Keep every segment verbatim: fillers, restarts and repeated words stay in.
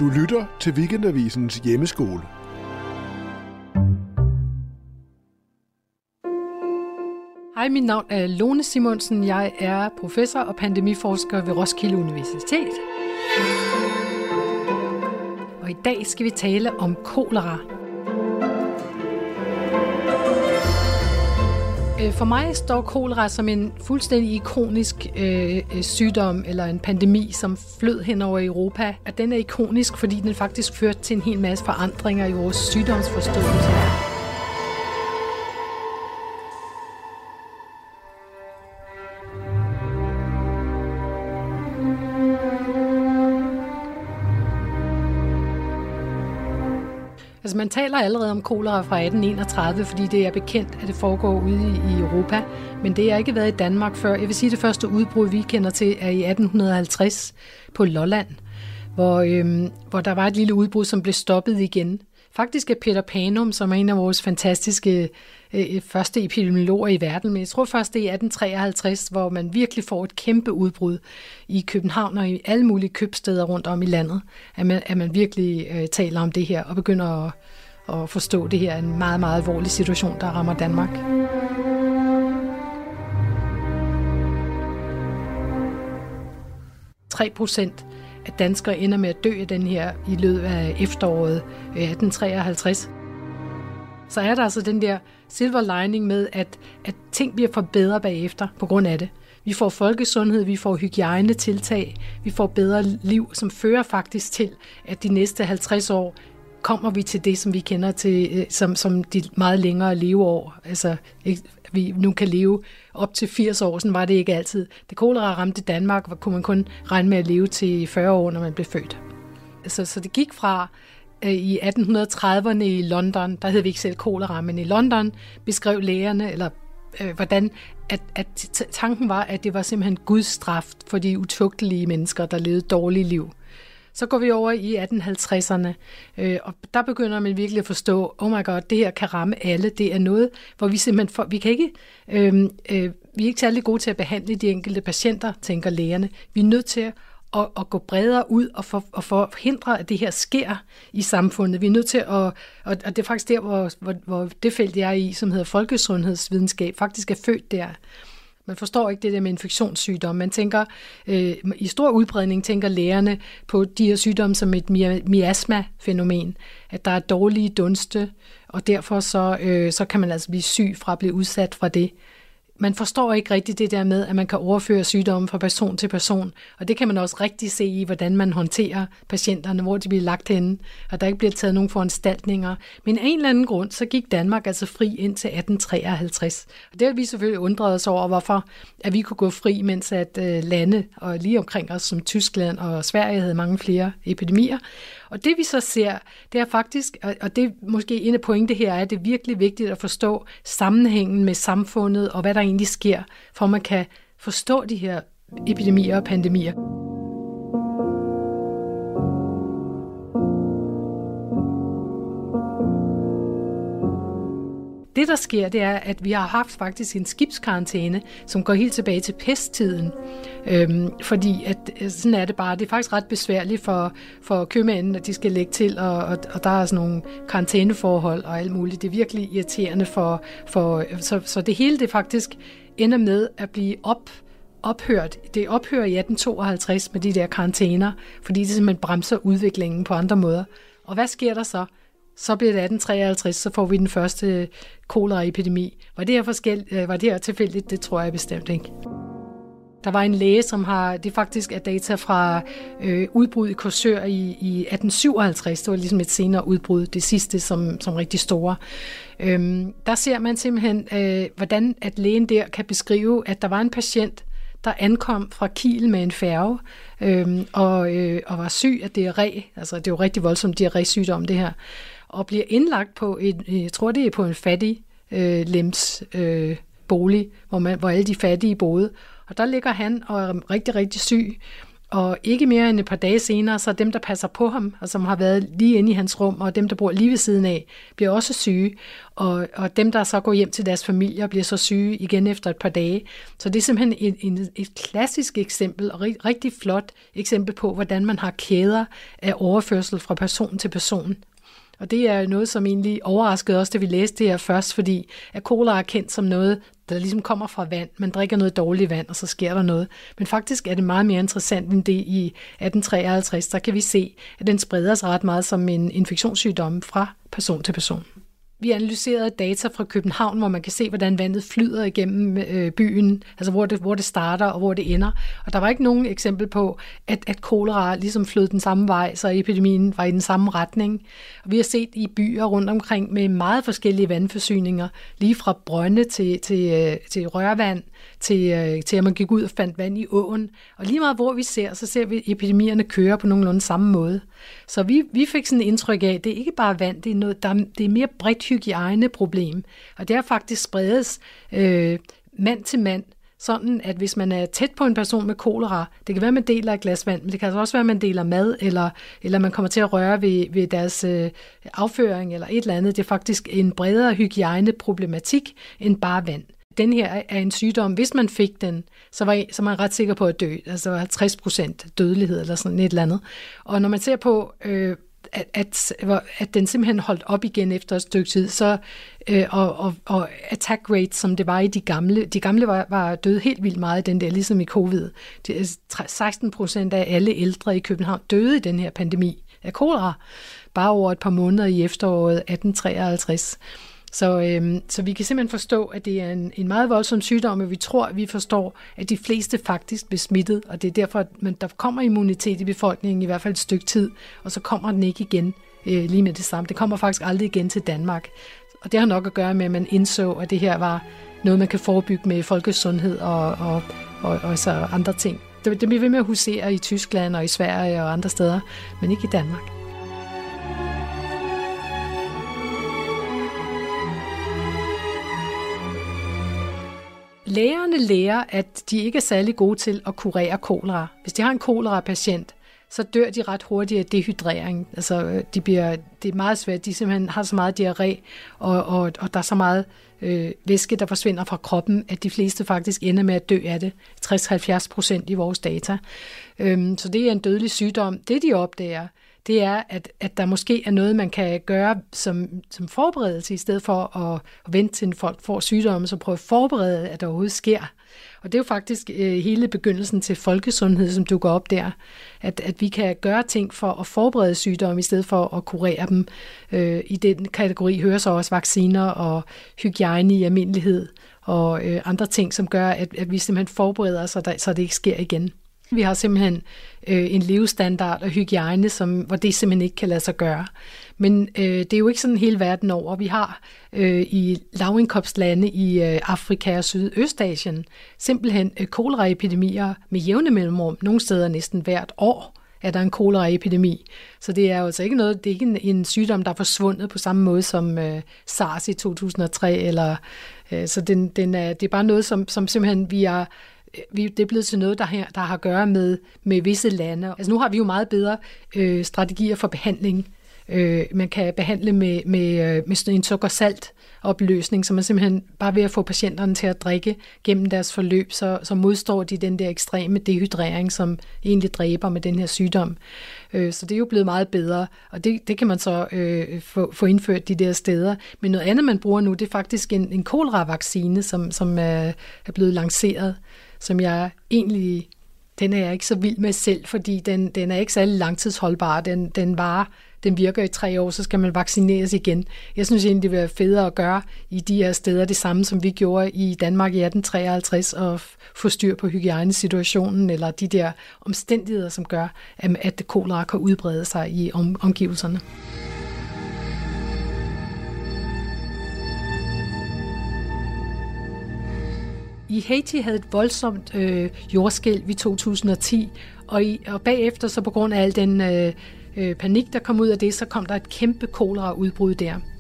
Du lytter til Weekendavisens hjemmeskole. Hej, mit navn er Lone Simonsen. Jeg er professor og pandemiforsker ved Roskilde Universitet. Og i dag skal vi tale om kolera. For mig står kolera som en fuldstændig ikonisk øh, sygdom eller en pandemi, som flød hen over Europa. At den er ikonisk, fordi den faktisk førte til en hel masse forandringer i vores sygdomsforståelse. Altså man taler allerede om kolera fra atten enogtredive, fordi det er bekendt, at det foregår ude i Europa. Men det har ikke været i Danmark før. Jeg vil sige, at det første udbrud, vi kender til, er i atten halvtreds på Lolland, hvor, øhm, hvor der var et lille udbrud, som blev stoppet igen. Faktisk er Peter Panum, som er en af vores fantastiske øh, første epidemiologer i verden, men jeg tror først det er i atten treoghalvtreds, hvor man virkelig får et kæmpe udbrud i København og i alle mulige købsteder rundt om i landet, at man, at man virkelig øh, taler om det her og begynder at, at forstå, det her er en meget, meget alvorlig situation, der rammer Danmark. tre procent at danskere ender med at dø af den her i løbet af efteråret atten treoghalvtreds. Så er der altså den der silver lining med, at, at ting bliver forbedret bagefter på grund af det. Vi får folkesundhed, vi får hygiejnetiltag, vi får bedre liv, som fører faktisk til, at de næste halvtreds år kommer vi til det, som vi kender til som, som de meget længere leveår. Altså, vi nu kan leve op til firs år, sådan var det ikke altid. Det kolera ramte Danmark, hvor kunne man kun regne med at leve til fyrre år, når man blev født. Så, så det gik fra øh, i atten trediverne i London, der hed vi ikke selv kolera, men i London beskrev lægerne, eller øh, hvordan at, at tanken var, at det var simpelthen Guds straf for de utugtelige mennesker, der levede dårlige liv. Så går vi over i atten halvtredserne, øh, og der begynder man virkelig at forstå, oh my god, det her kan ramme alle. Det er noget, hvor vi simpelthen, for, vi kan ikke, øh, øh, vi er ikke særlig gode til at behandle de enkelte patienter, tænker lægerne. Vi er nødt til at, at gå bredere ud og, for, og forhindre, at det her sker i samfundet. Vi er nødt til at, og, og det er faktisk der, hvor, hvor, hvor det felt, jeg er i, som hedder folkesundhedsvidenskab, faktisk er født der. Man forstår ikke det der med infektionssygdomme. Man tænker, øh, i stor udbredning tænker lægerne på de her sygdomme som et miasma-fænomen, at der er dårlige dunste, og derfor så, øh, så kan man altså blive syg fra at blive udsat fra det. Man forstår ikke rigtigt det der med, at man kan overføre sygdomme fra person til person, og det kan man også rigtig se i, hvordan man håndterer patienterne, hvor de bliver lagt henne, og der ikke bliver taget nogen foranstaltninger. Men af en eller anden grund, så gik Danmark altså fri indtil atten treoghalvtreds. Og det har vi selvfølgelig undret os over, hvorfor at vi kunne gå fri, mens at øh, lande og lige omkring os, som Tyskland og Sverige, havde mange flere epidemier. Og det vi så ser, det er faktisk, og det er måske en af pointe her, er, at det er virkelig vigtigt at forstå sammenhængen med samfundet, og hvad der egentlig sker, for man kan forstå de her epidemier og pandemier. Det, der sker, det er, at vi har haft faktisk en skibskarantæne, som går helt tilbage til pesttiden. Øhm, fordi at, sådan er det bare. Det er faktisk ret besværligt for, for købmændene, at de skal lægge til, og, og, og der er sådan nogle karantæneforhold og alt muligt. Det er virkelig irriterende for... for så, så det hele det faktisk ender med at blive op, ophørt. Det ophører i atten tooghalvtreds med de der karantæner, fordi det simpelthen bremser udviklingen på andre måder. Og hvad sker der så? Så bliver det atten treoghalvtreds, så får vi den første koleraepidemi. Var det her forskelligt, var det her tilfældigt? Det tror jeg bestemt ikke. Der var en læge, som har, det faktisk er data fra øh, udbrud i Korsør i, i atten syvoghalvtreds. Det var ligesom et senere udbrud, det sidste som, som rigtig store. Øhm, der ser man simpelthen, øh, hvordan at lægen der kan beskrive, at der var en patient, der ankom fra Kiel med en færge øhm, og, øh, og var syg af diarré. Altså det er jo rigtig voldsomt diarrésygdom det her. Og bliver indlagt på, et, jeg tror det er på en fattig øh, lems øh, bolig, hvor, man, hvor alle de fattige boede. Og der ligger han og er rigtig, rigtig syg. Og ikke mere end et par dage senere, så dem, der passer på ham, og som har været lige inde i hans rum, og dem, der bor lige ved siden af, bliver også syge. Og, og dem, der så går hjem til deres familier, bliver så syge igen efter et par dage. Så det er simpelthen et, et, et klassisk eksempel, og et rigtig flot eksempel på, hvordan man har kæder af overførsel fra person til person. Og det er noget, som egentlig overraskede os, da vi læste det her først, fordi at kolera er kendt som noget, der ligesom kommer fra vand. Man drikker noget dårligt vand, og så sker der noget. Men faktisk er det meget mere interessant end det i atten treoghalvtreds. Der kan vi se, at den spreder sig ret meget som en infektionssygdom fra person til person. Vi analyserede data fra København, hvor man kan se, hvordan vandet flyder igennem øh, byen, altså hvor det, hvor det starter og hvor det ender. Og der var ikke nogen eksempel på, at, at kolera ligesom flød den samme vej, så epidemien var i den samme retning. Og vi har set i byer rundt omkring med meget forskellige vandforsyninger, lige fra brønde til, til, til rørvand, til, til at man gik ud og fandt vand i åen. Og lige meget hvor vi ser, så ser vi, at epidemierne kører på nogenlunde samme måde. Så vi, vi fik sådan et indtryk af, at det er ikke bare vand, det er, noget, der, det er mere bredt hygiejneproblem. Og det har faktisk spredes øh, mand til mand, sådan at hvis man er tæt på en person med kolera, det kan være, at man deler et glas vand, men det kan også være, at man deler mad, eller, eller man kommer til at røre ved, ved deres øh, afføring eller et eller andet. Det er faktisk en bredere hygiejneproblematik end bare vand. Den her er en sygdom, hvis man fik den, så var, så var man ret sikker på at dø. Altså der var halvtreds procent dødelighed eller sådan et eller andet. Og når man ser på, øh, at, at, at den simpelthen holdt op igen efter et stykke tid, så, øh, og, og, og attack rate, som det var i de gamle, de gamle var, var døde helt vildt meget i den der, ligesom i covid. seksten procent af alle ældre i København døde i den her pandemi af kolera, bare over et par måneder i efteråret atten treoghalvtreds. Så, øhm, så vi kan simpelthen forstå, at det er en, en meget voldsom sygdom, og vi tror, at vi forstår, at de fleste faktisk bliver smittet, og det er derfor, at man, der kommer immunitet i befolkningen i hvert fald et stykke tid, og så kommer den ikke igen øh, lige med det samme. Det kommer faktisk aldrig igen til Danmark. Og det har nok at gøre med, at man indså, at det her var noget, man kan forebygge med folkesundhed og, og, og, og så andre ting. Det, det bliver ved med at husere i Tyskland og i Sverige og andre steder, men ikke i Danmark. Lægerne lærer, at de ikke er særlig gode til at kurere kolera. Hvis de har en kolera-patient, så dør de ret hurtigt af dehydrering. Altså, de bliver, det er meget svært. De simpelthen har så meget diarré, og, og, og der er så meget øh, væske, der forsvinder fra kroppen, at de fleste faktisk ender med at dø af det. tres til halvfjerds procent i vores data. Øhm, så det er en dødelig sygdom. Det, de opdager, det er, at, at der måske er noget, man kan gøre som, som forberedelse, i stedet for at, at vente til, folk får sygdomme, så prøve at forberede, at der overhovedet sker. Og det er jo faktisk øh, hele begyndelsen til folkesundhed, som dukker op der, at, at vi kan gøre ting for at forberede sygdomme, i stedet for at kurere dem. Øh, I den kategori hører så også vacciner og hygiejne i almindelighed, og øh, andre ting, som gør, at, at vi simpelthen forbereder os, så, der, så det ikke sker igen. Vi har simpelthen øh, en levestandard og hygiejne, som, hvor det simpelthen ikke kan lade sig gøre. Men øh, det er jo ikke sådan hele verden over. Vi har øh, i lavindkomstlande i øh, Afrika og Sydøstasien simpelthen øh, koleraepidemier med jævne mellemrum. Nogle steder næsten hvert år er der en koleraepidemi. Så det er jo altså ikke noget, det er ikke en, en sygdom, der er forsvundet på samme måde som øh, SARS i to tusind og tre. Eller, øh, så den, den er, det er bare noget, som, som simpelthen vi er... Det er blevet til noget, der, her, der har at gøre med, med visse lande. Altså nu har vi jo meget bedre øh, strategier for behandling. Øh, man kan behandle med, med, med sådan en sukkersalt opløsning, så man simpelthen bare ved at få patienterne til at drikke gennem deres forløb, så, så modstår de den der ekstreme dehydrering, som egentlig dræber med den her sygdom. Øh, så det er jo blevet meget bedre, og det, det kan man så øh, få, få indført de der steder. Men noget andet, man bruger nu, det er faktisk en, en kolera-vaccine, som, som er, er blevet lanceret, som jeg egentlig, den er jeg ikke så vild med selv, fordi den, den er ikke særlig langtidsholdbar. Den, den varer, den virker i tre år, så skal man vaccineres igen. Jeg synes egentlig, det vil være federe at gøre i de her steder det samme, som vi gjorde i Danmark i atten treoghalvtreds, og få styr på hygiejnesituationen, eller de der omstændigheder, som gør, at kolera kan udbrede sig i om, omgivelserne. I Haiti havde et voldsomt øh, jordskælv i to tusind og ti, og, i, og bagefter, så på grund af al den øh, øh, panik, der kom ud af det, så kom der et kæmpe koleraudbrud der.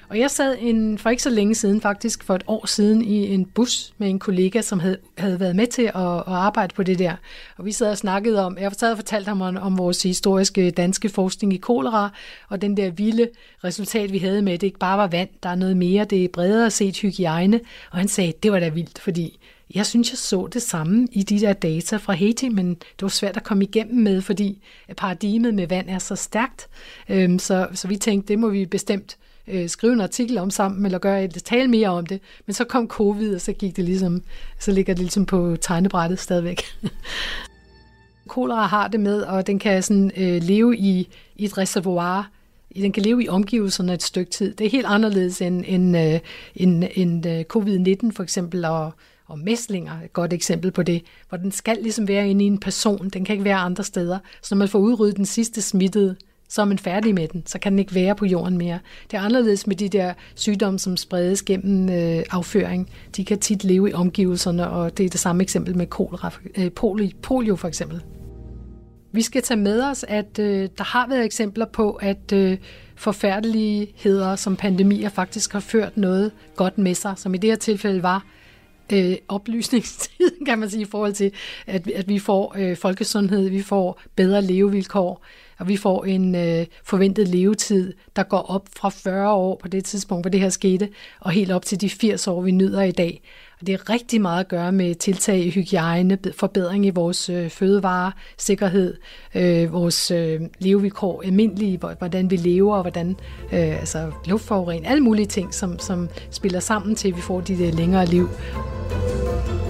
Og jeg sad en, for ikke så længe siden, faktisk for et år siden, i en bus med en kollega, som havde, havde været med til at, at arbejde på det der. Og vi sad og snakkede om, jeg sad og fortalte ham om, om vores historiske danske forskning i kolera, og den der vilde resultat, vi havde med, det ikke bare var vand, der er noget mere, det er bredere set hygiejne. Og han sagde, det var da vildt, fordi jeg synes, jeg så det samme i de der data fra Haiti, men det var svært at komme igennem med, fordi paradigmet med vand er så stærkt. Så, så vi tænkte, det må vi bestemt skrive en artikel om sammen, eller gøre et, tale mere om det. Men så kom covid, og så gik det ligesom, så ligger det ligesom på tegnebrættet stadigvæk. Kolera har det med, og den kan sådan, øh, leve i, i et reservoir. Den kan leve i omgivelserne et stykke tid. Det er helt anderledes end, end, øh, end, end øh, covid nitten for eksempel, og, og mæslinger er et godt eksempel på det, hvor den skal ligesom være inde i en person. Den kan ikke være andre steder. Så når man får udryddet den sidste smittede, så er man færdig med den, så kan den ikke være på jorden mere. Det er anderledes med de der sygdomme, som spredes gennem øh, afføring. De kan tit leve i omgivelserne, og det er det samme eksempel med kolera, øh, polio, polio for eksempel. Vi skal tage med os, at øh, der har været eksempler på, at øh, forfærdeligheder som pandemier faktisk har ført noget godt med sig, som i det her tilfælde var øh, oplysningstiden, kan man sige, i forhold til, at, at vi får øh, folkesundhed, vi får bedre levevilkår, og vi får en øh, forventet levetid, der går op fra fyrre år på det tidspunkt, hvor det her skete, og helt op til de firs år, vi nyder i dag. Og det er rigtig meget at gøre med tiltag i hygiejne, forbedring i vores øh, fødevare, sikkerhed, øh, vores øh, levevilkår, almindelige, hvordan vi lever, og hvordan øh, altså luftforurening, alle mulige ting, som, som spiller sammen til, at vi får de der længere liv.